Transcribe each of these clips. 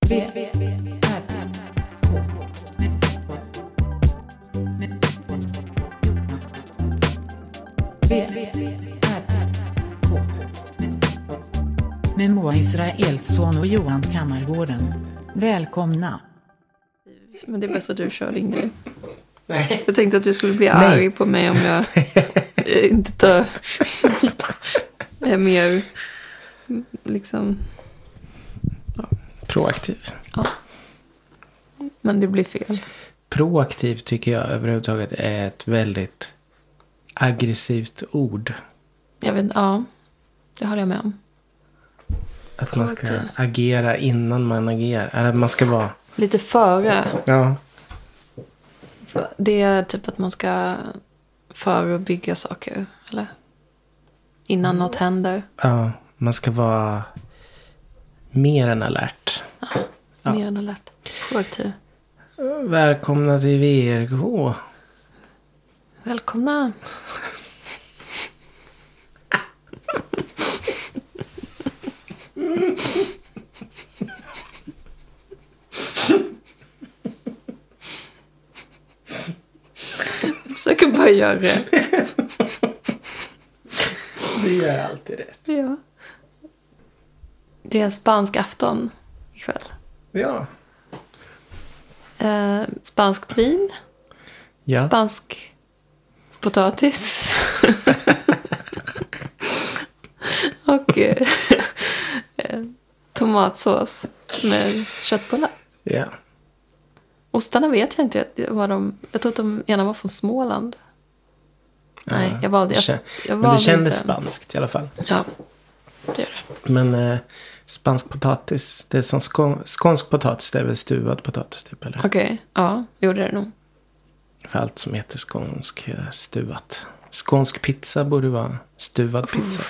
Med Moa Israelsson och Johan Kammargården. Välkomna. Men det är bäst att du kör Ingrid. Nej. Jag tänkte att du skulle bli arg på mig om jag inte tar är mer liksom Proaktiv. Ja. Men det blir fel. Proaktiv tycker jag överhuvudtaget är ett väldigt aggressivt ord. Jag vet, ja. Det håller jag med om. Att man ska agera innan man agerar. Eller att man ska vara... Lite före. Ja. Det är typ att man ska förebygga saker. Eller? Innan något händer. Ja, man ska vara mer än alert. Ja. Mer än alert. Proaktiv. Välkomna till VRK. Välkomna. Jag försöker bara göra rätt. Du gör alltid rätt. Ja. Det är spansk afton ikväll. Ja. Spanskt vin. Ja. Spansk potatis. Och tomatsås med köttbullar. Ja. Ostarna vet jag inte vad de... Jag tror att de ena var från Småland. Nej, jag valde... Men det kändes spanskt i alla fall. Ja, det gör det. Men spansk potatis, det är som skånsk potatis, det är väl stuvad potatis typ, eller? Okej, ja, gjorde det nog. För allt som heter skånsk stuvat. Skånsk pizza borde vara stuvad pizza.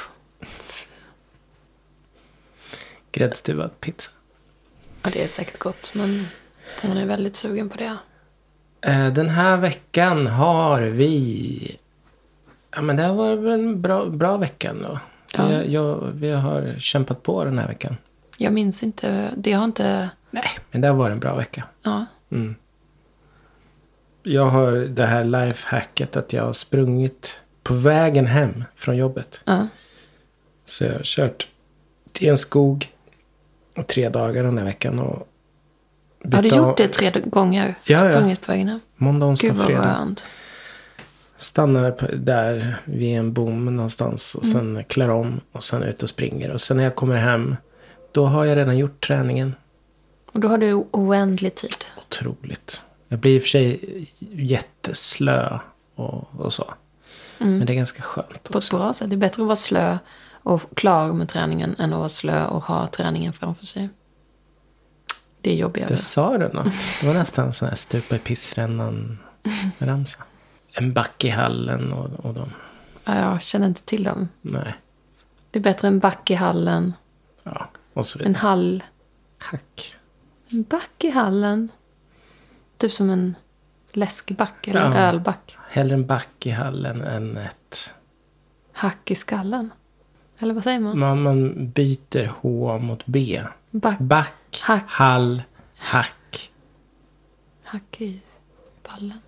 Gräddstuvad pizza. Ja, det är säkert gott, men hon är väldigt sugen på det. Den här veckan har vi... Ja, men det har varit en bra vecka då. Ja. Vi har kämpat på den här veckan. Jag minns inte, det har inte... Nej, men det har varit en bra vecka. Ja. Mm. Jag har det här lifehacket att jag har sprungit på vägen hem från jobbet. Ja. Så jag har kört till en skog 3 dagar den här veckan. Och har du gjort det 3 gånger? Ja. Sprungit på vägen hem? Måndag, onsdag, Gud, vad fredag. skönt. Stannar där vid en bom någonstans. Och sen klär om. Och sen ut och springer. Och sen när jag kommer hem. Då har jag redan gjort träningen. Och då har du oändlig tid. Otroligt. Jag blir i och för sig jätteslö. Och så. Men det är ganska skönt På ett bra sätt. Det är bättre att vara slö och klar med träningen. Än att vara slö och ha träningen framför sig. Det är jobbigare. Det sa du något. Det var nästan sån här stupa i pissrännan ramsa. En back i hallen och de. Ja, jag känner inte till dem. Nej. Det är bättre en back i hallen. Ja, och så vidare. En hall. Hack. En back i hallen. Typ som en läskback eller en ölback. Hellre en back i hallen än ett... Hack i skallen. Eller vad säger man? Man byter H mot B. Back, hack. hall, hack. Hack i ballen.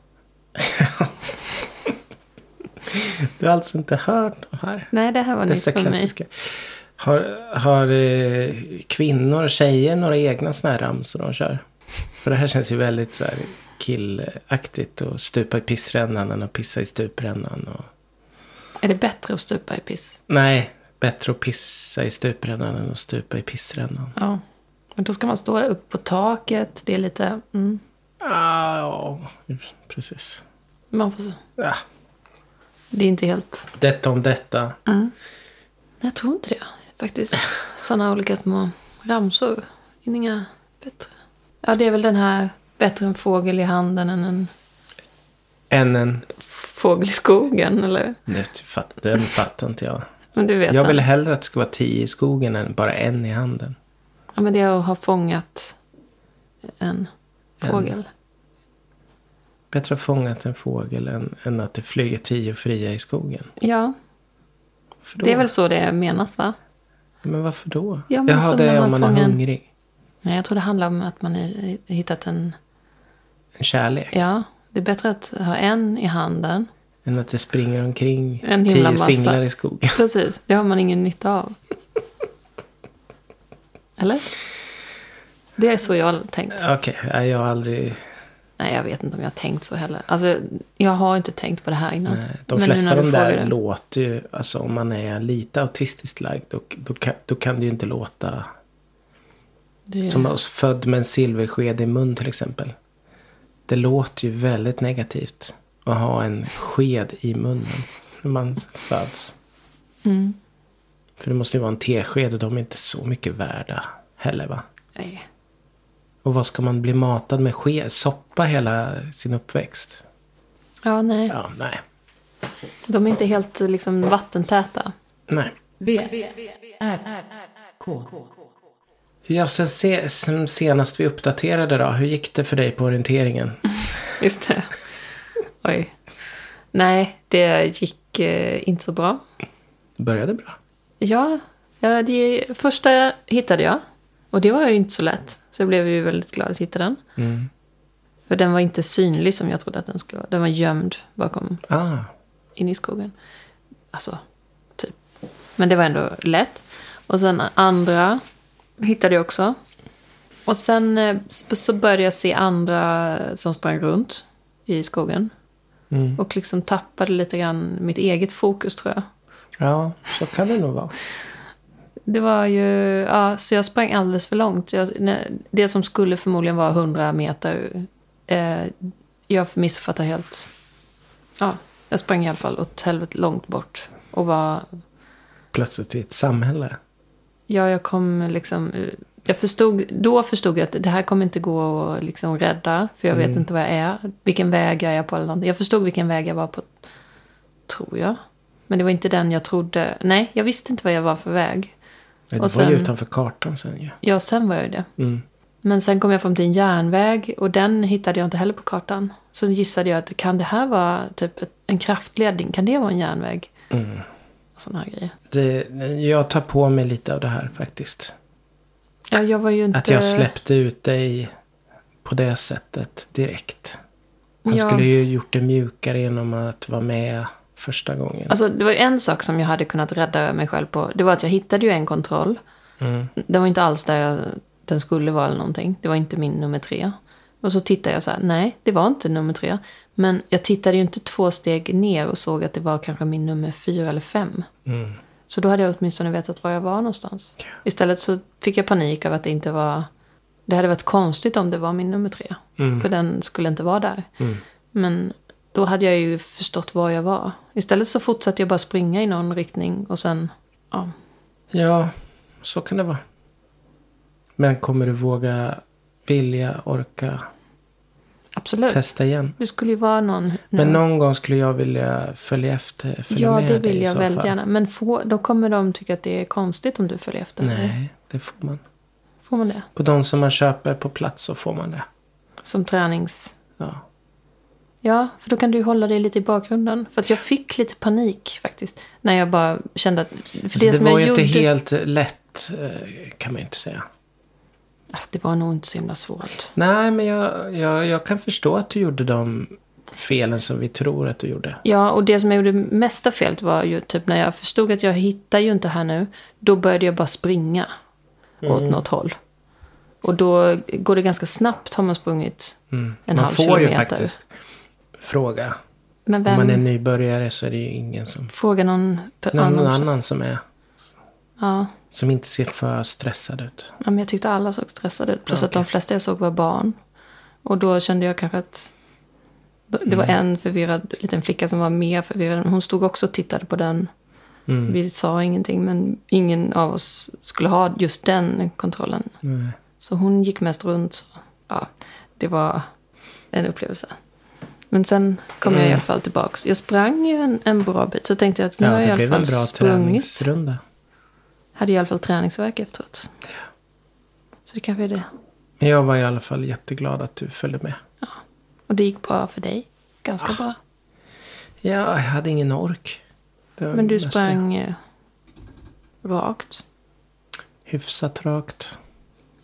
Du har alltså inte hört de här? Nej, det här var nytt för klassiska. Har kvinnor och tjejer några egna såna här ramsor de kör? För det här känns ju väldigt så här killaktigt och stupa i pissrännan än att pissa i stuprännan. Och... Är det bättre att stupa i piss? Nej, bättre att pissa i stuprännan än att stupa i pissrännan. Ja, men då ska man stå upp på taket. Det är lite... Ja, precis. Man får så. Ja. Det är inte helt... Detta om detta. Jag tror inte det. Faktiskt. Sådana olika små ramsor. Inga bättre. Ja, det är väl den här bättre en fågel i handen än en fågel i skogen, eller? Den fattar inte jag. Men du vet jag vill hellre att det ska vara 10 i skogen än bara en i handen. Ja, men det är att ha fångat en fågel. Bättre att fångat en fågel än att det flyger 10 fria i skogen. Ja. Det är väl så det menas, va? Men varför då? Ja, men Jaha, det är om man är hungrig. Nej, jag tror det handlar om att man har hittat en kärlek. Ja, det är bättre att ha en i handen. Än att det springer omkring en 10 singlar i skogen. Precis, det har man ingen nytta av. Eller? Det är så jag har tänkt. Okej, jag har aldrig... Nej, jag vet inte om jag har tänkt så heller. Alltså, jag har inte tänkt på det här innan. Nej, de flesta av de där låter ju... Alltså, om man är lite autistiskt lagd, då kan det ju inte låta... Som oss född med en silversked i mun till exempel. Det låter ju väldigt negativt att ha en sked i munnen när man föds. Mm. För det måste ju vara en tesked och de är inte så mycket värda heller, va? Nej. Och vad ska man bli matad med sked? Soppa hela sin uppväxt? Ja, nej. Ja, nej. De är inte helt liksom vattentäta. Nej. V-R-R-K. Ja, sen senast vi uppdaterade då. Hur gick det för dig på orienteringen? Just det. Oj. Nej, det gick inte så bra. Det började bra. Ja, det första hittade jag. Och det var ju inte så lätt. Så jag blev ju väldigt glad att hitta den. Mm. För den var inte synlig som jag trodde att den skulle vara. Den var gömd bakom in i skogen. Alltså, typ. Men det var ändå lätt. Och sen andra hittade jag också. Och sen så började jag se andra som sprang runt i skogen. Mm. Och liksom tappade lite grann mitt eget fokus, tror jag. Ja, så kan det nog vara. Det var ju... Ja, så jag sprang alldeles för långt. Det som skulle förmodligen vara 100 meter. Jag missuppfattade helt. Ja, jag sprang i alla fall åt helvete långt bort. Och var... Plötsligt i ett samhälle. Ja, jag kom liksom... Då förstod jag att det här kommer inte gå att liksom rädda. För jag vet inte vad jag är. Vilken väg jag är på. Eller jag förstod vilken väg jag var på. Tror jag. Men det var inte den jag trodde. Nej, jag visste inte vad jag var för väg. Det var ju utanför kartan sen ju. Ja, sen var jag det. Mm. Men sen kom jag fram till en järnväg. Och den hittade jag inte heller på kartan. Så gissade jag att kan det här vara typ en kraftledning? Kan det vara en järnväg? Mm. Sådana här grejer. Jag tar på mig lite av det här faktiskt. Ja, jag var ju inte... Att jag släppte ut dig på det sättet direkt. Man skulle ju gjort det mjukare genom att vara med första gången. Alltså det var ju en sak som jag hade kunnat rädda mig själv på. Det var att jag hittade ju en kontroll. Mm. Den var inte alls där den skulle vara eller någonting. Det var inte min nummer 3. Och så tittade jag så här, nej, det var inte nummer 3. Men jag tittade ju inte 2 steg ner och såg att det var kanske min nummer 4 eller 5. Mm. Så då hade jag åtminstone vetat var jag var någonstans. Ja. Istället så fick jag panik av att det inte var... Det hade varit konstigt om det var min nummer 3. Mm. För den skulle inte vara där. Mm. Men då hade jag ju förstått var jag var. Istället så fortsatte jag bara springa i någon riktning. Och sen, ja. Ja, så kan det vara. Men kommer du våga, vilja, orka Absolut. testa igen? Det skulle ju vara någon... Nu. Men någon gång skulle jag vilja följa med det dig vill i jag så väldigt fall. gärna. Men då kommer de tycka att det är konstigt om du följer efter. Nej, det får man. Får man det? På de som man köper på plats så får man det. Som tränings... Ja. Ja, för då kan du hålla dig lite i bakgrunden. För att jag fick lite panik faktiskt. När jag bara kände att... För Alltså, det det som var jag ju gjorde... inte helt lätt, kan man ju inte säga. Det var nog inte så himla svårt. Nej, men jag kan förstå att du gjorde de felen som vi tror att du gjorde. Ja, och det som jag gjorde mesta felet var ju typ när jag förstod att jag hittar ju inte här nu. Då började jag bara springa åt något håll. Och då går det ganska snabbt har man sprungit en halv kilometer. Man får ju faktiskt fråga. Men vem... Om man är nybörjare så är det ju ingen som... Fråga någon annan som är... Ja. Som inte ser för stressad ut. Ja, men jag tyckte alla såg stressade ut. Plus Ja, att de flesta jag såg var barn. Och då kände jag kanske att... Det var en förvirrad liten flicka som var mer förvirrad. Hon stod också och tittade på den. Mm. Vi sa ingenting. Men ingen av oss skulle ha just den kontrollen. Nej. Så hon gick mest runt. Så, ja, det var en upplevelse. Men sen kom jag i alla fall tillbaka. Jag sprang ju en bra bit. Så tänkte jag att nu har jag i alla fall det blev en bra träningsrunda. Hade i alla fall träningsverk efteråt. Ja. Så det kanske är det. Men jag var i alla fall jätteglad att du följde med. Ja. Och det gick bra för dig. Ganska bra. Ja, jag hade ingen ork. Men du sprang rakt. Hyfsat rakt.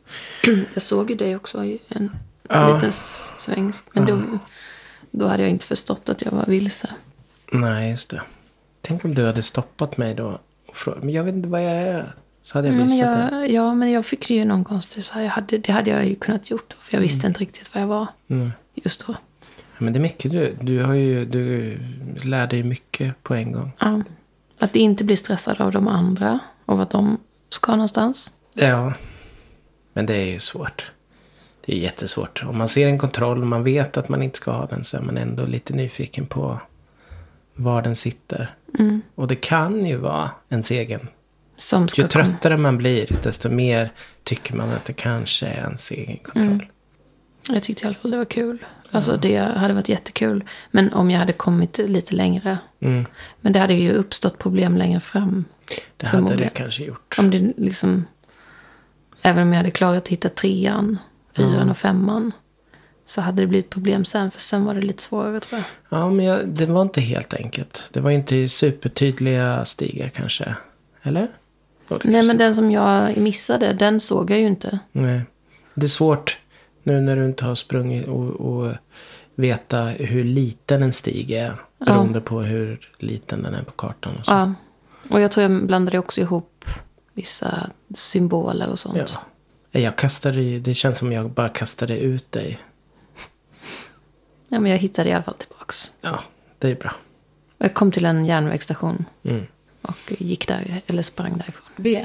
Jag såg ju det också i en liten sväng. Men då hade jag inte förstått att jag var vilse. Nej, just det. Tänk om du hade stoppat mig då. Och frågat, men jag vet inte vad jag är. Så hade jag visat det. Ja, men jag fick ju någon konstig... Det hade jag ju kunnat gjort. För jag visste inte riktigt vad jag var just då. Ja, men det är mycket du lär dig mycket på en gång. Ja. Att inte bli stressad av de andra. Och att de ska någonstans. Ja. Men det är ju svårt. Det är jättesvårt. Om man ser en kontroll och man vet att man inte ska ha den, så är man ändå lite nyfiken på var den sitter. Mm. Och det kan ju vara ens egen. Ju tröttare man blir, desto mer tycker man att det kanske är ens egen kontroll. Mm. Jag tyckte i alla fall det var kul. Alltså det hade varit jättekul. Men om jag hade kommit lite längre. Mm. Men det hade ju uppstått problem längre fram. Det hade det kanske gjort. Om det liksom... Även om jag hade klarat att hitta 3:an, 4:an och 5:an. Så hade det blivit problem sen. För sen var det lite svårare, tror jag. Ja, men det var inte helt enkelt. Det var inte supertydliga stigar kanske. Eller? Nej, men den som jag missade, den såg jag ju inte. Nej. Det är svårt nu när du inte har sprungit och veta hur liten en stig är. Beroende på hur liten den är på kartan. Och så. Ja, och jag tror jag blandade också ihop vissa symboler och sånt. Ja. Jag kastade, det känns som jag bara kastade ut dig. Ja, men jag hittade i alla fall tillbaks. Ja, det är bra. Jag kom till en järnvägsstation. Mm. Och gick där, eller sprang därifrån.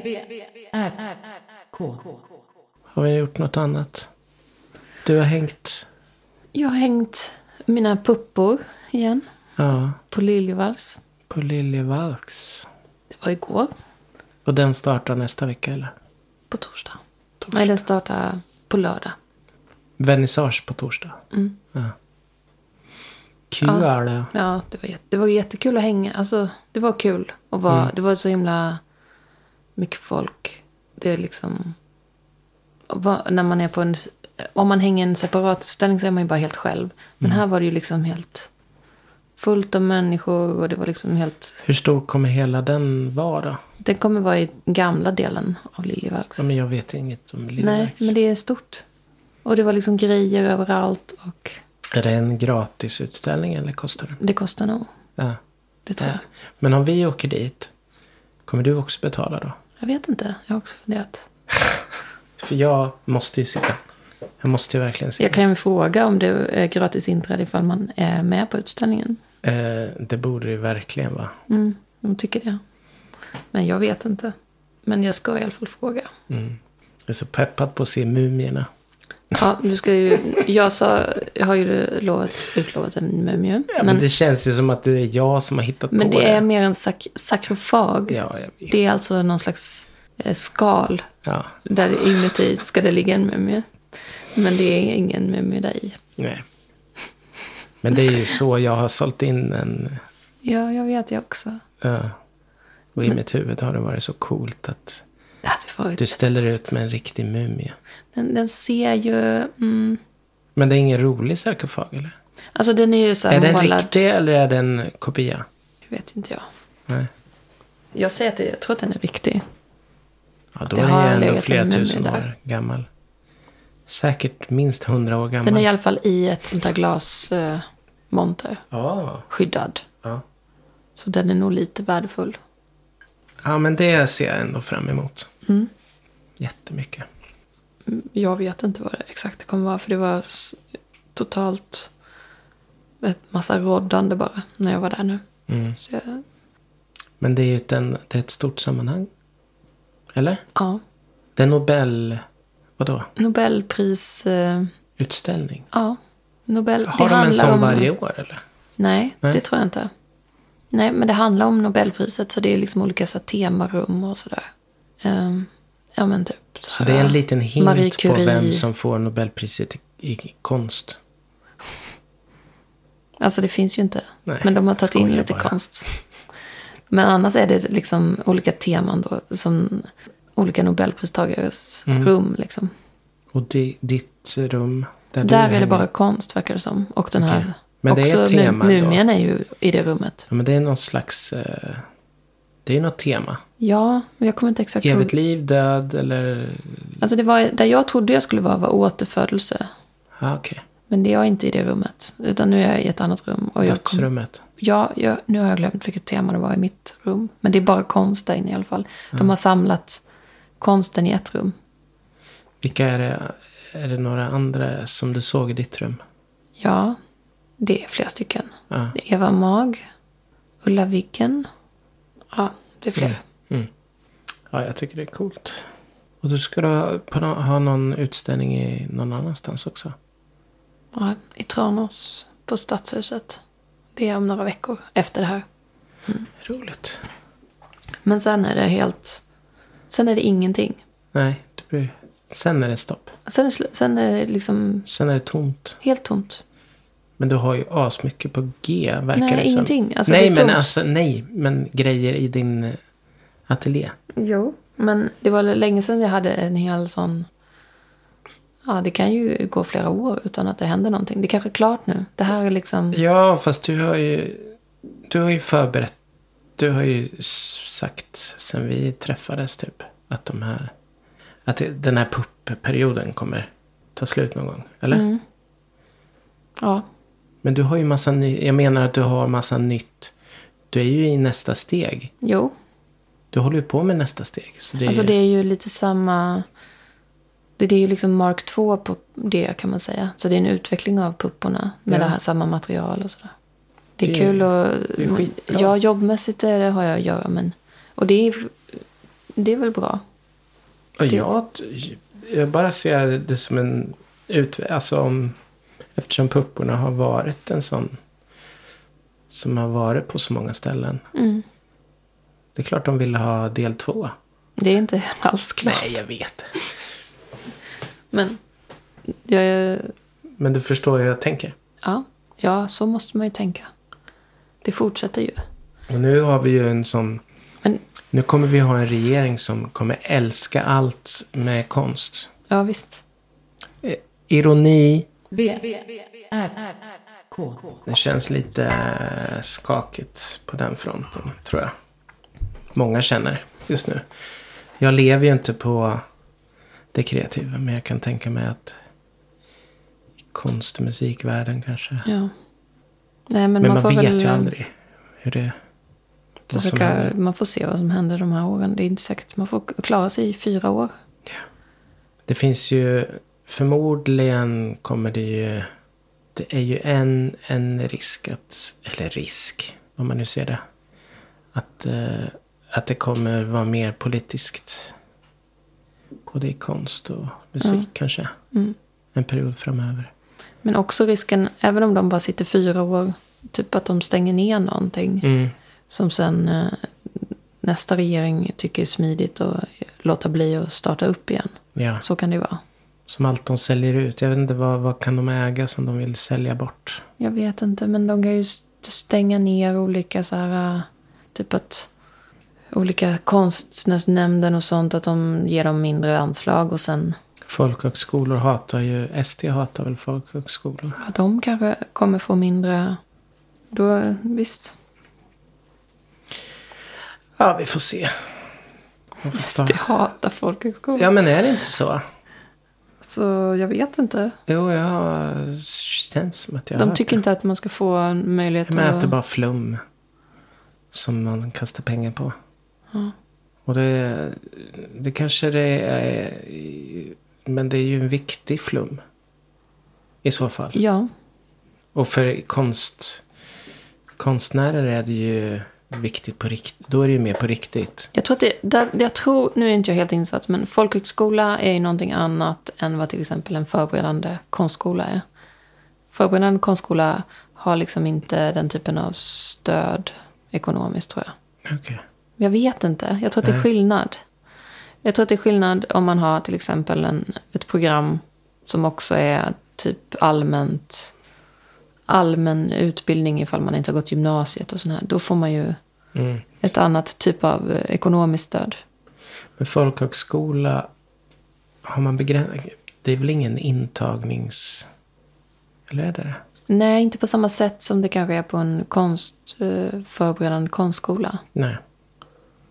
K. Har vi gjort något annat? Du har hängt... Jag har hängt mina puppor igen. Ja. På Liljevalchs. På Liljevalchs. Det var igår. Och den startar nästa vecka, eller? På torsdag. Nej, den startar på lördag. Vernissage på torsdag. Mm. Ja. Kul är det. Ja, det var jättekul att hänga. Alltså, det var kul. Det var så himla mycket folk. Det är liksom... När man är på en... Om man hänger en separat utställning så är man ju bara helt själv. Men här var det ju liksom helt fullt av människor. Och det var liksom helt... Hur stor kommer hela den vara? Den kommer vara i gamla delen av Liljevalchs. Ja, men jag vet inget om Liljevalchs. Nej, men det är stort. Och det var liksom grejer överallt. Och... Är det en gratis utställning eller kostar det? Det kostar nog. Ja. Det tror jag. Men om vi åker dit, kommer du också betala då? Jag vet inte. Jag har också funderat. För jag måste ju se den. Jag måste ju verkligen se Jag kan ju fråga om det är gratis inträde ifall man är med på utställningen. Det borde det verkligen vara. De tycker det. Men jag vet inte. Men jag ska i alla fall fråga. Jag är så peppad på att se mumierna. Ja, du ska ju... Jag har ju utlovat en mumie. Ja, men det känns ju som att det är jag som har hittat på det. Men det är mer en sakrofag. Ja, jag vet. Det är alltså någon slags skal. Ja. Där inuti ska det ligga en mumie. Men det är ingen mumie där i. Nej. Men det är ju så jag har sålt in en... Ja, jag vet jag också. Ja. Och i mitt huvud har det varit så coolt att... Varit... Du ställer ut med en riktig mumie. Den ser ju... Men det är ingen rolig sarkofag, eller? Alltså den är ju så här Är den målad... riktig eller är den kopia? Jag vet inte jag. Nej. Jag tror att den är riktig. Ja, då är det ändå flera tusen år gammal. Säkert minst 100 år gammal. Den är i alla fall i ett sånt här glasmonter. Skyddad. Ja. Så den är nog lite värdefull. Ja, men det ser jag ändå fram emot. Jättemycket. Jag vet inte vad det exakt kommer vara. För det var totalt ett massa roddande bara när jag var där nu. Så jag... Men det är ju ett stort sammanhang. Eller? Ja. Det är vadå? Nobelpris... Utställning? Ja. Har de en sån varje år, eller? Nej, det tror jag inte. Nej, men det handlar om Nobelpriset. Så det är liksom olika så temarum och sådär. Ja, men typ. Så det är en liten hint på vem som får Nobelpriset i konst. Alltså det finns ju inte. Nej, men de har tagit in lite konst. Men annars är det liksom olika teman då. Som olika Nobelpristagares rum liksom. Och ditt rum? Där är det bara konst, verkar det som. Och den här... Men det är ett tema mumien är ju i det rummet. Ja, men det är någon slags Det är något tema. Ja, men jag kommer inte exakt ihåg. Evigt liv, död eller... Alltså det var där jag trodde jag skulle var återfödelse. Ja, okej. Men det är inte i det rummet. Utan nu är jag i ett annat rum. Och Dödsrummet. Nu har jag glömt vilket tema det var i mitt rum. Men det är bara konst där inne i alla fall. De har samlat konsten i ett rum. Vilka är det? Är det några andra som du såg i ditt rum? Ja, det är flera stycken. Ja. Det är Eva Mag, Ulla Viggen. Ja, det är fler. Mm. Ja, jag tycker det är coolt. Och du ska ha någon utställning i någon annanstans också? Ja, i Tranås på Stadshuset. Det är om några veckor efter det här. Roligt. Men sen är det sen är det ingenting. Nej, sen är det stopp. Sen är det liksom... Sen är det tomt. Helt tomt. Men du har ju asmycket på G, verkar det som. Nej, ingenting. Alltså, nej, men grejer i din ateljé. Jo, men det var länge sedan jag hade en hel sån... Ja, det kan ju gå flera år utan att det händer någonting. Det är kanske klart nu. Det här är liksom... Ja, fast du har ju förberett. Du har ju sagt sen vi träffades typ att den här puppperioden kommer ta slut någon gång, eller? Mm. Ja. Men du har ju jag menar att du har massa nytt. Du är ju i nästa steg. Jo. Du håller ju på med nästa steg. Så det är ju lite samma... Det är ju liksom Mark 2 på det, kan man säga. Så det är en utveckling av pupporna med det här samma material och sådär. Det är kul och... Det är skitbra. Ja, jobbmässigt det har jag att göra, men... Och det är väl bra. Och jag bara ser det som en eftersom pupporna har varit en sån som har varit på så många ställen. Mm. Det är klart de ville ha del 2. Det är inte alls klart. Nej, jag vet. Men Men du förstår hur jag tänker. Ja, så måste man ju tänka. Det fortsätter ju. Och nu har vi ju en sån... Nu kommer vi ha en regering som kommer älska allt med konst. Ja, visst. Ironi. K. Det känns lite skakigt på den fronten, tror jag. Många känner just nu. Jag lever ju inte på det kreativa, men jag kan tänka mig att i konst- och musikvärlden kanske. Ja. Nej, men man får vet ju aldrig hur det... Man får se vad som händer de här åren. Det är inte säkert. Man får klara sig i 4 år. Ja. Det finns ju... Förmodligen kommer det ju... Det är ju en risk att... Eller risk, om man nu ser det. Att det kommer vara mer politiskt. Både i konst och musik kanske. Mm. En period framöver. Men också risken, även om de bara sitter 4 år. Typ att de stänger ner någonting. Mm. Som sen nästa regering tycker är smidigt och låta bli att starta upp igen. Ja. Så kan det vara. Som allt de säljer ut. Jag vet inte vad kan de äga som de vill sälja bort. Jag vet inte, men de kan ju stänga ner olika så här, typ att olika konstnärsnämnden och sånt, att de ger dem mindre anslag och sen... Folkhögskolor hatar ju, SD hatar väl folkhögskolor. Ja, de kanske kommer få mindre, då visst. Ja, vi får se. SD hatar folkhögskolor. Ja, men är det inte så? Så jag vet inte. Jo, känns som att jag de tycker inte att man ska få en möjlighet att... Men att det är bara flum som man kastar pengar på. Ja. Och det kanske det är... Men det är ju en viktig flum. I så fall. Ja. Och för konstnärer är det ju viktigt på riktigt. Då är det ju mer på riktigt. Jag tror, nu är inte jag helt insatt, men folkhögskola är ju någonting annat än vad till exempel en förberedande konstskola är. Förberedande konstskola har liksom inte den typen av stöd ekonomiskt, tror jag. Okej. Jag vet inte. Jag tror att det är skillnad. Jag tror att det är skillnad om man har till exempel ett program som också är typ allmän utbildning ifall man inte har gått gymnasiet och sånt här. Då får man ju ett annat typ av ekonomiskt stöd. Men folkhögskola har man begränsat. Det är väl ingen intagnings... Eller är det? Nej, inte på samma sätt som det kanske är på en förberedande konstskola. Nej.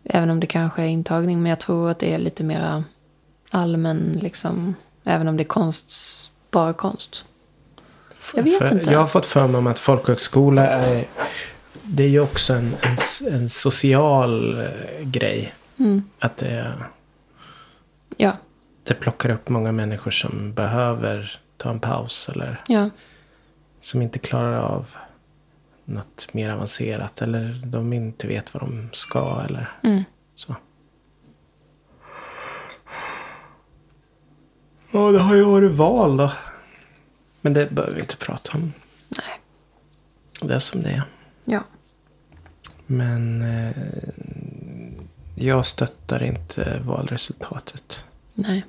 Även om det kanske är intagning. Men jag tror att det är lite mer allmän liksom. Även om det är konst, bara konst. Jag vet inte. Jag har fått för mig om att folkhögskola det är ju också en social grej. Att det plockar upp många människor som behöver ta en paus. Eller som inte klarar av något mer avancerat. Eller de inte vet vad de ska. Eller så. Ja, det har ju varit val då. Men det behöver vi inte prata om. Nej. Det är som det är. Ja. Men jag stöttar inte valresultatet. Nej.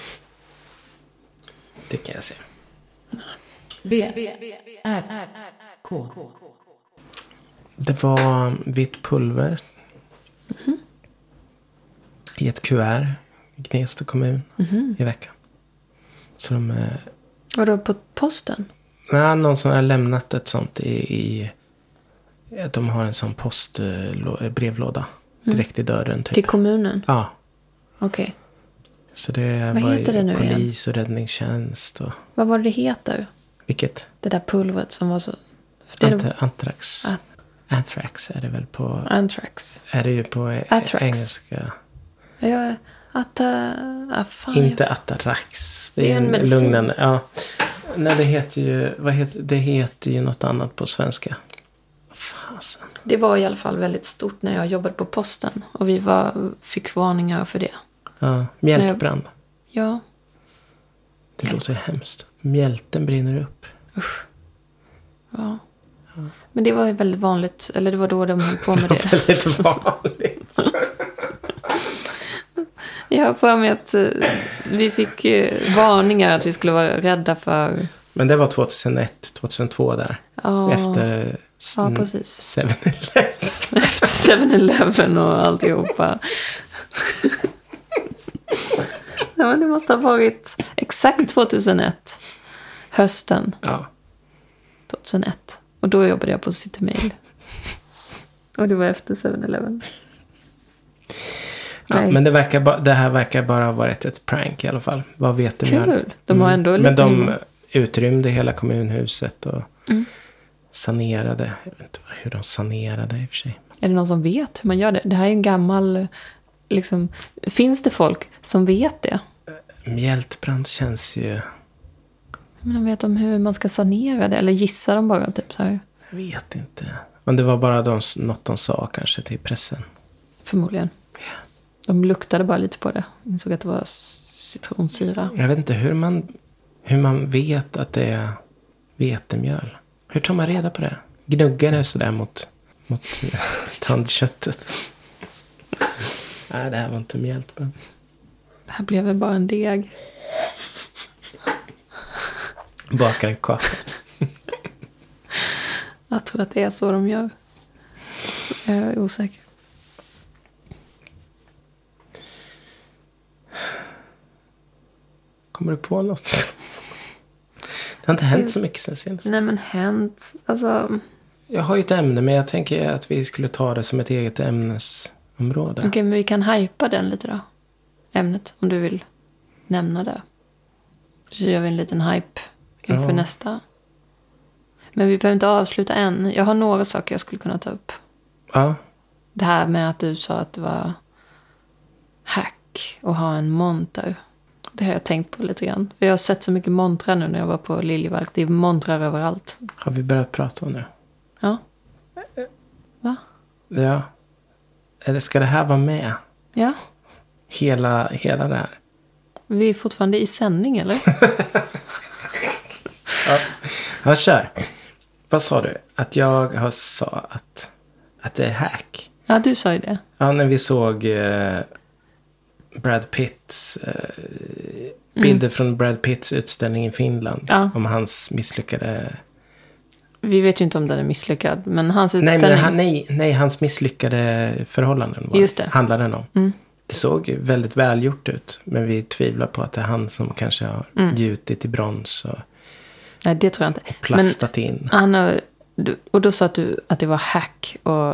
Det kan jag säga. B R K. Det var vitt pulver. I ett kuvert i Gnesta kommun i veckan. Så de... Var det på posten? Nej, någon som har lämnat ett sånt de har en sån brevlåda direkt i dörren. Typ. Till kommunen? Ja. Okej. Så det Vad var heter det nu polis och räddningstjänst. Och... Vad var det heter? Vilket? Det där pulvret som var så... Anthrax. Anthrax är det väl på... Anthrax. Är det ju på Atrax. engelska. Ja, Inte Atarax. Det är en medicin. lugnande. Ja. Nej, det heter ju... Det heter ju något annat på svenska. Fasen. Det var i alla fall väldigt stort när jag jobbade på posten. Och vi fick varningar för det. Ja, mjältbrand. Ja. Det låter hemskt. Mjälten brinner upp. Usch. Ja. Men det var ju väldigt vanligt. Eller det var då de höll på med det. Det var väldigt vanligt. Jag har för mig att vi fick varningar att vi skulle vara rädda för... Men det var 2001, 2002 där. Ja. Efter precis. 7-Eleven. Efter 7-Eleven och alltihopa. Ja, men det måste ha varit exakt 2001. Hösten. Ja. 2001. Och då jobbade jag på City Mail. Och det var efter 7-Eleven. Ja, men det här verkar bara ha varit ett prank i alla fall. Vad vet de? Kul. De har ändå lite... Men de utrymde hela kommunhuset och sanerade. Jag vet inte hur de sanerade i och för sig. Är det någon som vet hur man gör det? Det här är en gammal... Liksom, finns det folk som vet det? Mjältbrand känns ju... Men de vet om hur man ska sanera det. Eller gissar de bara typ så här? Jag vet inte. Men det var bara något de sa kanske till pressen. Förmodligen. Yeah. De luktade bara lite på det. Insåg att det var citronsyra. Jag vet inte hur man vet att det är vetemjöl. Hur tar man reda på det? Gnuggar det sådär mot tandköttet? Nej, det här var inte mjältbrand. Det här blev väl bara en deg. Bakar en kaka. Jag tror att det är så de gör. Jag är osäker. Kommer du på något? Det har inte hänt så mycket sen senast. Nej, men hänt. Alltså... Jag har ju ett ämne, men jag tänker att vi skulle ta det som ett eget ämnesområde. Okej, men vi kan hypa den lite då. Ämnet, om du vill nämna det. Så gör vi en liten hype inför nästa. Men vi behöver inte avsluta än. Jag har några saker jag skulle kunna ta upp. Ja. Det här med att du sa att det var hack att ha en monter. Det har jag tänkt på lite grann. För jag har sett så mycket montrar nu när jag var på Liljevalch. Det är montrar överallt. Har vi börjat prata om det? Ja. Va? Ja. Eller ska det här vara med? Ja. Hela det här. Vi är fortfarande i sändning, eller? Ja, kör. Vad sa du? Att jag har sa att det är hack? Ja, du sa ju det. Ja, när vi såg Brad Pitts bilder från Brad Pitts utställning i Finland. Ja. Om hans misslyckade... Vi vet ju inte om den är misslyckad, men hans utställning... Nej, hans misslyckade förhållanden Just det. handlade den om. Det såg ju väldigt välgjort ut, men vi tvivlar på att det är han som kanske har gjutit i brons och... Nej, det tror jag inte. Och plastat in. Anna, och då sa du att det var hack och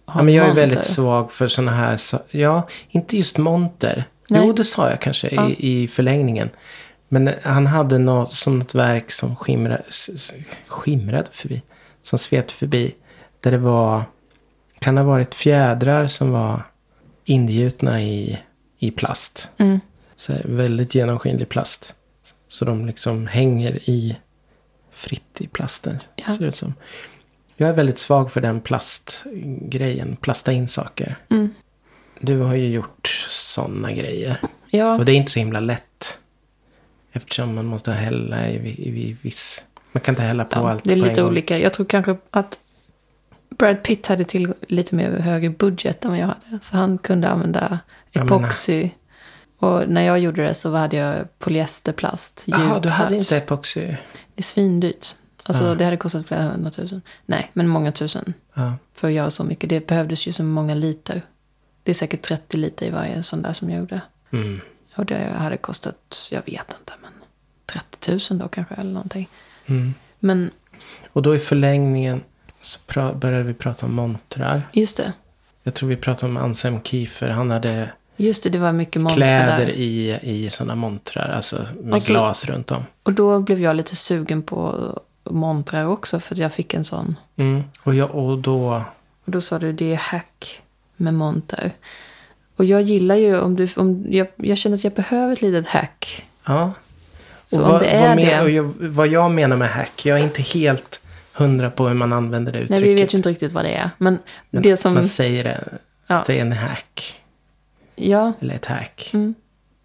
ha Ja, men jag är monter. väldigt svag för såna här... Ja, inte just monter. Nej. Jo, det sa jag kanske i förlängningen. Men han hade något verk som skimrade förbi. Som svepte förbi. Där det var... Kan ha varit fjädrar som var ingjutna i plast. Mm. Så väldigt genomskinlig plast. Så de liksom hänger fritt i plasten. Ja. Ser det ut som. Jag är väldigt svag för den plastgrejen. Plasta in saker. Mm. Du har ju gjort sådana grejer. Ja. Och det är inte så himla lätt. Eftersom man måste hälla i viss... Man kan inte hälla på allt det är på lite en gång. olika. Jag tror kanske att Brad Pitt hade till lite mer högre budget än vad jag hade. Så han kunde använda epoxy. Och när jag gjorde det så hade jag polyesterplast. Jaha, du hade gjutharts. inte epoxy. Det är svindyrt. Alltså det hade kostat flera 100 000. Nej, men många tusen. Ja. För att göra så mycket. Det behövdes ju så många liter. Det är säkert 30 liter i varje sån där som jag gjorde. Mm. Och det hade kostat, jag vet inte, men 30 000 då kanske eller någonting. Mm. Men Och då i förlängningen så började vi prata om montrar. just det. Jag tror vi pratade om Anselm Kiefer. Han hade Just det var mycket montrar kläder där. i sådana montrar. Alltså med Och så- glas runt om. Och då blev jag lite sugen på montrar också. För att jag fick en sån. Mm. Och då... Och då sa du, det är hack med monter. Och jag gillar ju, jag känner att jag behöver ett litet hack. Ja. Så Och om det är det. vad jag menar med hack. Jag är inte helt 100 på hur man använder det uttrycket. Nej, vi vet ju inte riktigt vad det är. Men det som... Man säger det. Ja. Att det är en hack. Ja, Eller ett hack. Mm.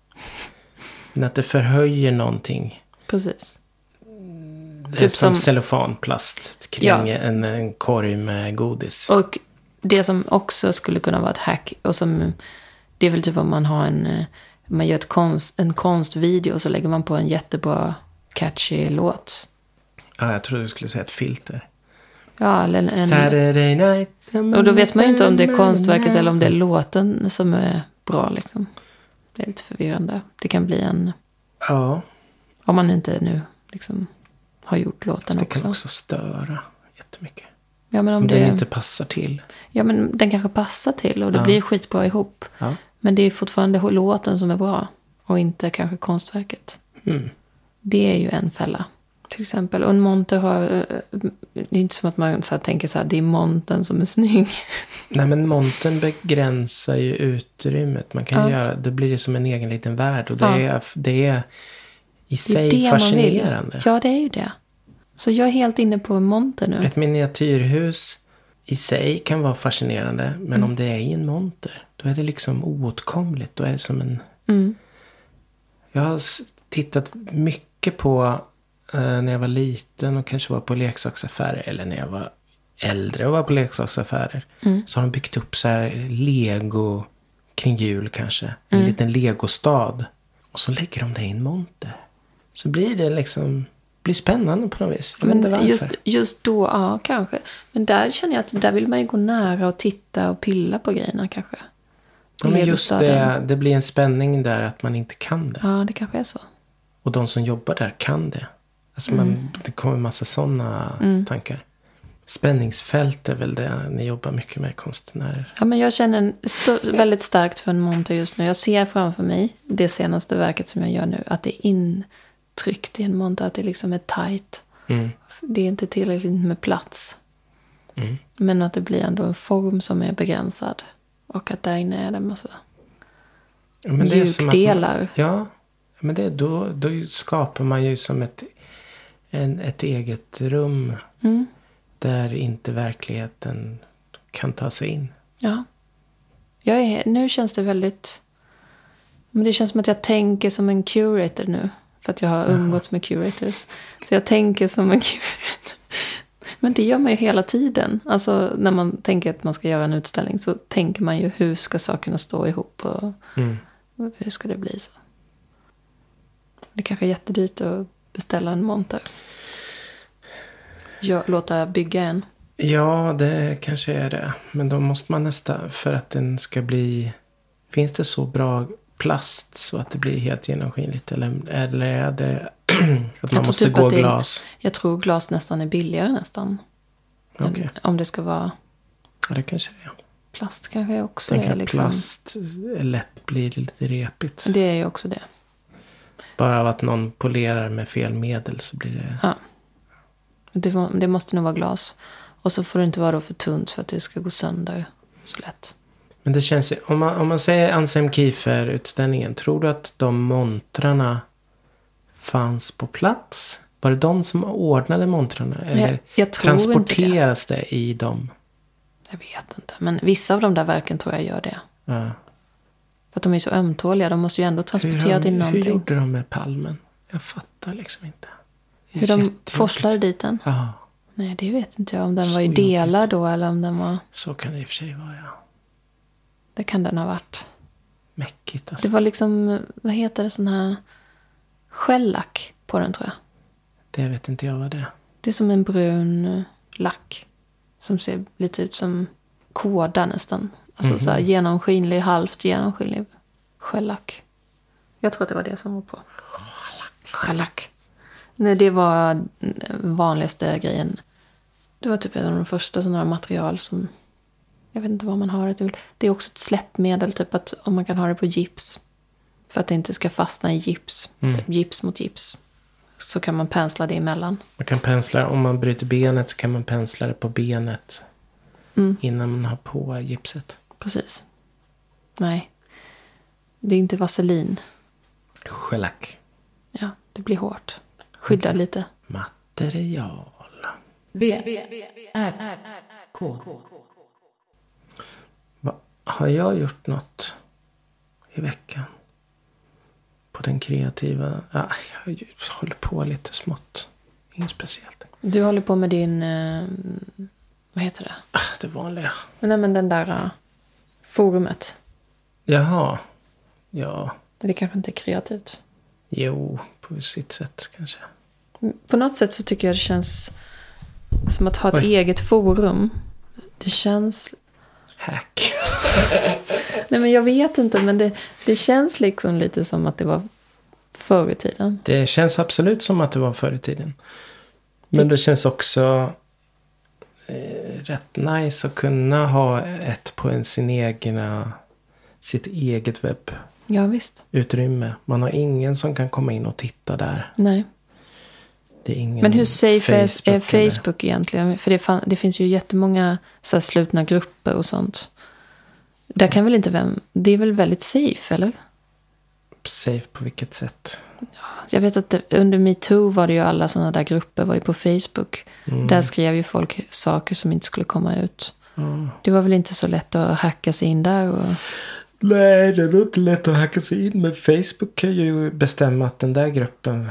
Men att det förhöjer någonting. precis. Det är Typ som som- cellofanplast kring Ja. en korg med godis. Och det som också skulle kunna vara ett hack. Och som, det är väl typ om man har man gör en konstvideo och så lägger man på en jättebra catchy låt. Ja, jag trodde du skulle säga ett filter. Ja, eller en Saturday night. och då vet man ju inte om det är konstverket eller om det är låten som är bra liksom. Det är lite förvirrande. Det kan bli Ja, om man inte nu liksom har gjort låten det också. kan också störa jättemycket. Ja, men Om om den det, inte passar till. ja, men den kanske passar till och det Ja. blir skitbra ihop. Ja. Men det är fortfarande låten som är bra och inte kanske konstverket. Mm. Det är ju en fälla. Till exempel. Och en monter har... Det är inte som att man så här tänker så här, det är monten som är snygg. Nej, men montern begränsar ju utrymmet. Man kan göra, det blir det som en egen liten värld. Och det är i Det är sig det man vill. fascinerande. Ja, det är ju det. Så jag är helt inne på en monter nu. Ett miniatyrhus i sig kan vara fascinerande. Men om det är i en monter, då är det liksom oåtkomligt. Då är det som en... Mm. Jag har tittat mycket på när jag var liten och kanske var på leksaksaffärer. Eller när jag var äldre och var på leksaksaffärer. Så har de byggt upp så här Lego kring jul kanske. En liten Legostad. Och så lägger de det i en monter. Så blir det liksom... blir spännande på något vis. Jag vet inte varför. Just då, ja kanske. Men där känner jag att där vill man ju gå nära och titta och pilla på grejerna kanske. Ja, men just Legostaden. det blir en spänning där att man inte kan det. Ja, det kanske är så. Och de som jobbar där kan det. Alltså det kommer en massa sådana tankar. Spänningsfält är väl det ni jobbar mycket med, konstnärer. Ja, men jag känner väldigt starkt för en monter just nu. Jag ser framför mig det senaste verket som jag gör nu. Att det är intryckt i en monter. Att det liksom är tajt. Mm. Det är inte tillräckligt med plats. Mm. Men att det blir ändå en form som är begränsad. Och att där inne är det en massa Ja, men det är som att mjukdelar. ja, men det, då skapar man ju som ett eget rum. Mm. Där inte verkligheten kan ta sig in. Ja. Nu känns det väldigt... Men det känns som att jag tänker som en curator nu. För att jag har umgåtts med curators. Så jag tänker som en curator. Men det gör man ju hela tiden. Alltså när man tänker att man ska göra en utställning. Så tänker man ju hur ska sakerna stå ihop. Och hur ska det bli så. Det kanske är jättedyrt att beställa en monter. Låta bygga en. Ja, det kanske är det. Men då måste man nästan, för att den ska bli... Finns det så bra plast så att det blir helt genomskinligt? Eller är det att man måste typ gå att glas? Jag tror glas nästan är billigare nästan. Okej. Om det ska vara... Ja, det kanske är. Plast kanske också Tänker är att liksom... plast lätt blir lite repigt. Det är ju också det. Bara av att någon polerar med fel medel så blir det... Ja. Det måste nog vara glas. Och så får det inte vara då för tunt för att det ska gå sönder så lätt. Men det känns... Om man säger Anselm Kiefer-utställningen. Tror du att de montrarna fanns på plats? Var det de som ordnade montrarna? Eller jag tror transporteras det i dem? Jag vet inte. Men vissa av de där verken tror jag gör det. Ja. För att de är så ömtåliga. De måste ju ändå transportera till någonting. Hur gjorde de med palmen? Jag fattar liksom inte. Hur de forslade dit den? Ja. Nej, det vet inte jag. Om den Så var i delar då eller om den var... Så kan det i och för sig vara, ja. Det kan den ha varit. Mäckigt alltså. Det var liksom, vad heter det, sån här skällack på den tror jag. Det vet inte jag vad det är. Det är som en brun lack. Som ser lite ut som kåda nästan. Alltså så här genomskinlig, halvt genomskinlig skällack. Jag tror att det var det som var på. Skällack. Nej, det var vanligaste grejen. Det var typ en av de första sådana material som... Jag vet inte vad man har det. Det är också ett släppmedel, typ att om man kan ha det på gips. För att det inte ska fastna i gips. Typ gips mot gips. Så kan man pensla det emellan. Man kan pensla, om man bryter benet så kan man pensla det på benet. Innan man har på gipset. Precis. Nej. Det är inte vaselin. Shellac. Ja, det blir hårt. Skydda lite. Material. K. Har jag gjort något i veckan? På den kreativa... Ja, jag håller på lite smått. Inget speciellt. Du håller på med din... vad heter det? Det vanliga. Men den där forumet. Jaha. Ja. Det kanske inte är kreativt. Jo, på sitt sätt kanske. På något sätt så tycker jag det känns som att ha ett eget forum. Det känns... Hack. Nej, men jag vet inte. Men det känns liksom lite som att det var förr i tiden. Det känns absolut som att det var förr i tiden. Men det känns också rätt nice att kunna ha ett på sitt eget webb. Ja, visst. Utrymme. Man har ingen som kan komma in och titta där. Nej. Det är ingen men hur safe är Facebook eller? egentligen? För det finns ju jättemånga så här slutna grupper och sånt. Där kan väl inte det är väl väldigt safe, eller? Safe på vilket sätt? Jag vet att under MeToo var det ju alla sådana där grupper var ju på Facebook. Där skrev ju folk saker som inte skulle komma ut. Det var väl inte så lätt att hacka sig in där och... Nej, det är nog inte lätt att hacka sig in. Men Facebook kan ju bestämma att den där gruppen,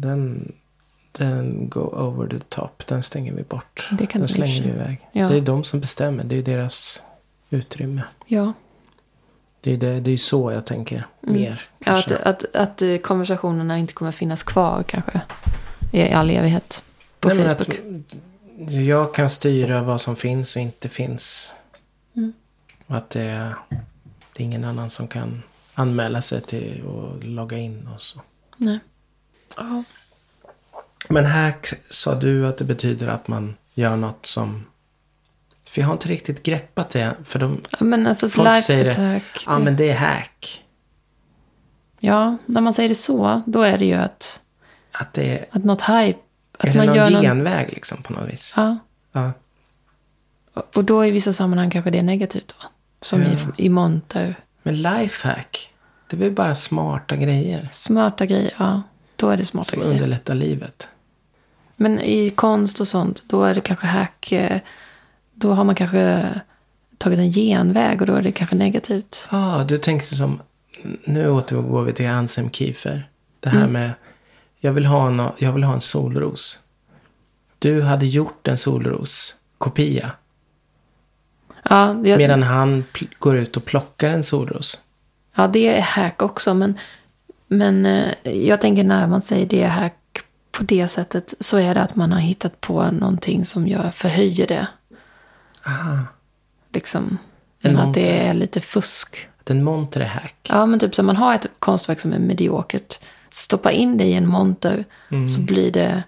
den go over the top. Den stänger vi bort. Den slänger vi iväg. Ja. Det är de som bestämmer. Det är deras utrymme. Ja. Det är ju så jag tänker mer. Ja, att konversationerna inte kommer finnas kvar kanske. I all evighet på Facebook. Jag kan styra vad som finns och inte finns. Och att det är ingen annan som kan anmäla sig till och logga in och så. Nej. Ja. Men hack sa du att det betyder att man gör något som... För jag har inte riktigt greppat det. För men alltså folk säger det. Ja, men det är hack. Ja, när man säger det så, då är det ju att något hype. Att är man det gör någon genväg liksom på något vis? Ja. Och då i vissa sammanhang kanske det är negativt då. Som i monter. Men lifehack, det är väl bara smarta grejer? Smarta grejer, ja. Då är det smarta grejer. Som underlättar livet. Men i konst och sånt, då är det kanske hack. Då har man kanske tagit en genväg och då är det kanske negativt. Ja, du tänkte som... Nu återgår vi till Anselm Kiefer. Det här med... Jag vill ha en solros. Du hade gjort en solros-kopia. Ja, medan han går ut och plockar en solros. Ja, det är hack också. Men jag tänker när man säger det är hack på det sättet så är det att man har hittat på någonting som förhöjer det. Aha. Liksom. Att det är lite fusk. En monter är hack. Ja, men typ så man har ett konstverk som är mediokert. Stoppa in det i en monter så blir det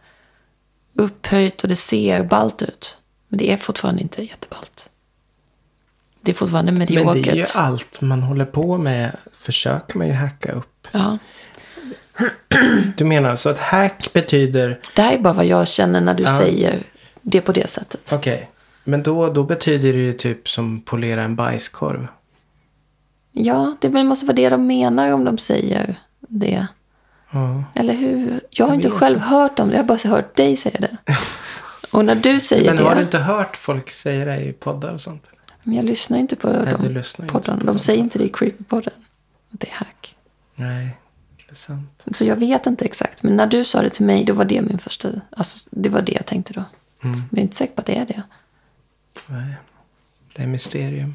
upphöjt och det ser ballt ut. Men det är fortfarande inte jätteballt. det är fortfarande mediokert. Men det är ju allt man håller på med. Försöker man ju hacka upp. Ja. Du menar så att hack betyder... Det här är bara vad jag känner när du säger det på det sättet. Okej. Men då betyder det ju typ som polera en bajskorv. Ja, det måste vara det de menar om de säger det. Ja. Eller hur? Jag har inte själv hört om det. Jag har bara hört dig säga det. Och när du säger Men har du inte hört folk säga det i poddar och sånt? Men jag lyssnar inte på podden. De säger inte det i Creepypodden. Det är hack. Nej, det är sant. Så jag vet inte exakt. Men när du sa det till mig, då var det min första... Alltså, det var det jag tänkte då. Men jag är inte säker på att det är det. Nej, det är mysterium.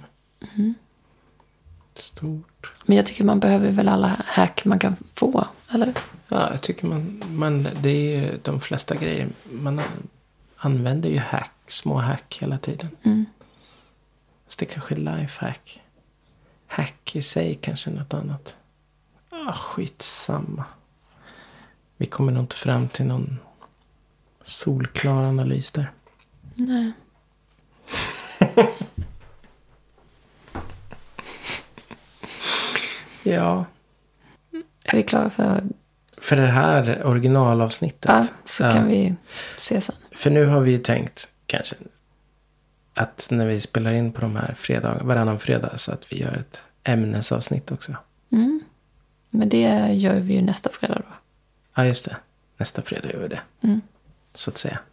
Stort. Men jag tycker man behöver väl alla hack man kan få, eller? Ja, jag tycker man det är ju de flesta grejer. Man använder ju små hack hela tiden. Så det kanske är lifehack. Hack i sig kanske något annat. Skitsamma. Vi kommer nog inte fram till någon solklar analys där. Nej. Ja. Är vi klara för det här originalavsnittet? Ja, så kan vi se sen. För nu har vi ju tänkt kanske att när vi spelar in på de här varannan fredag så att vi gör ett ämnesavsnitt också. Men det gör vi ju nästa fredag då. Ja, just det. Nästa fredag gör vi det. Så att säga.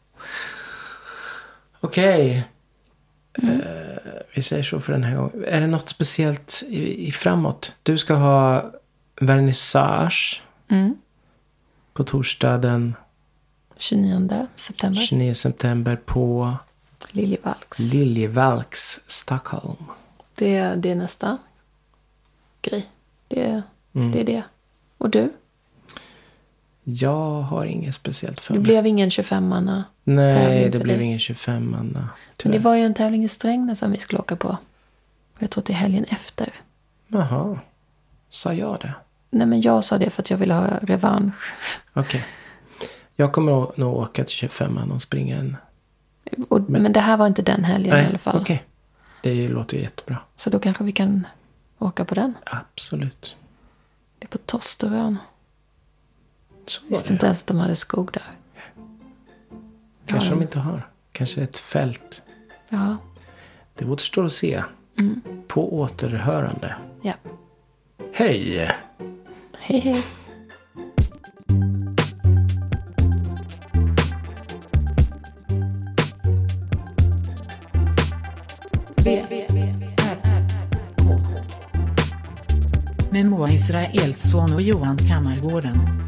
Okej. Vi säger så för den här gången. Är det något speciellt i framåt? Du ska ha vernissage på torsdag den 29 september. 29 september på Liljevalchs Stockholm. Det är nästa grej. Det är det. Och du? Jag har inget speciellt för mig. Det blev ingen 25-manna. Nej, det blev ingen 25-manna. Men det var ju en tävling i Strängnäs som vi skulle åka på. Jag tror att det är helgen efter. Jaha. Sa jag det? Nej, men jag sa det för att jag ville ha revansch. Okej. Jag kommer nog åka till 25-man och springa en... Men det här var inte den helgen i alla fall. Okej. Det låter ju jättebra. Så då kanske vi kan åka på den. Absolut. Det är på Tosterön. Visste inte ens att de hade skog där. Kanske de inte har. Kanske ett fält. Ja. Det återstår att se. På återhörande. Ja. Hej! Hej, hej. Med Moa Israelsson och Johan Kammargården.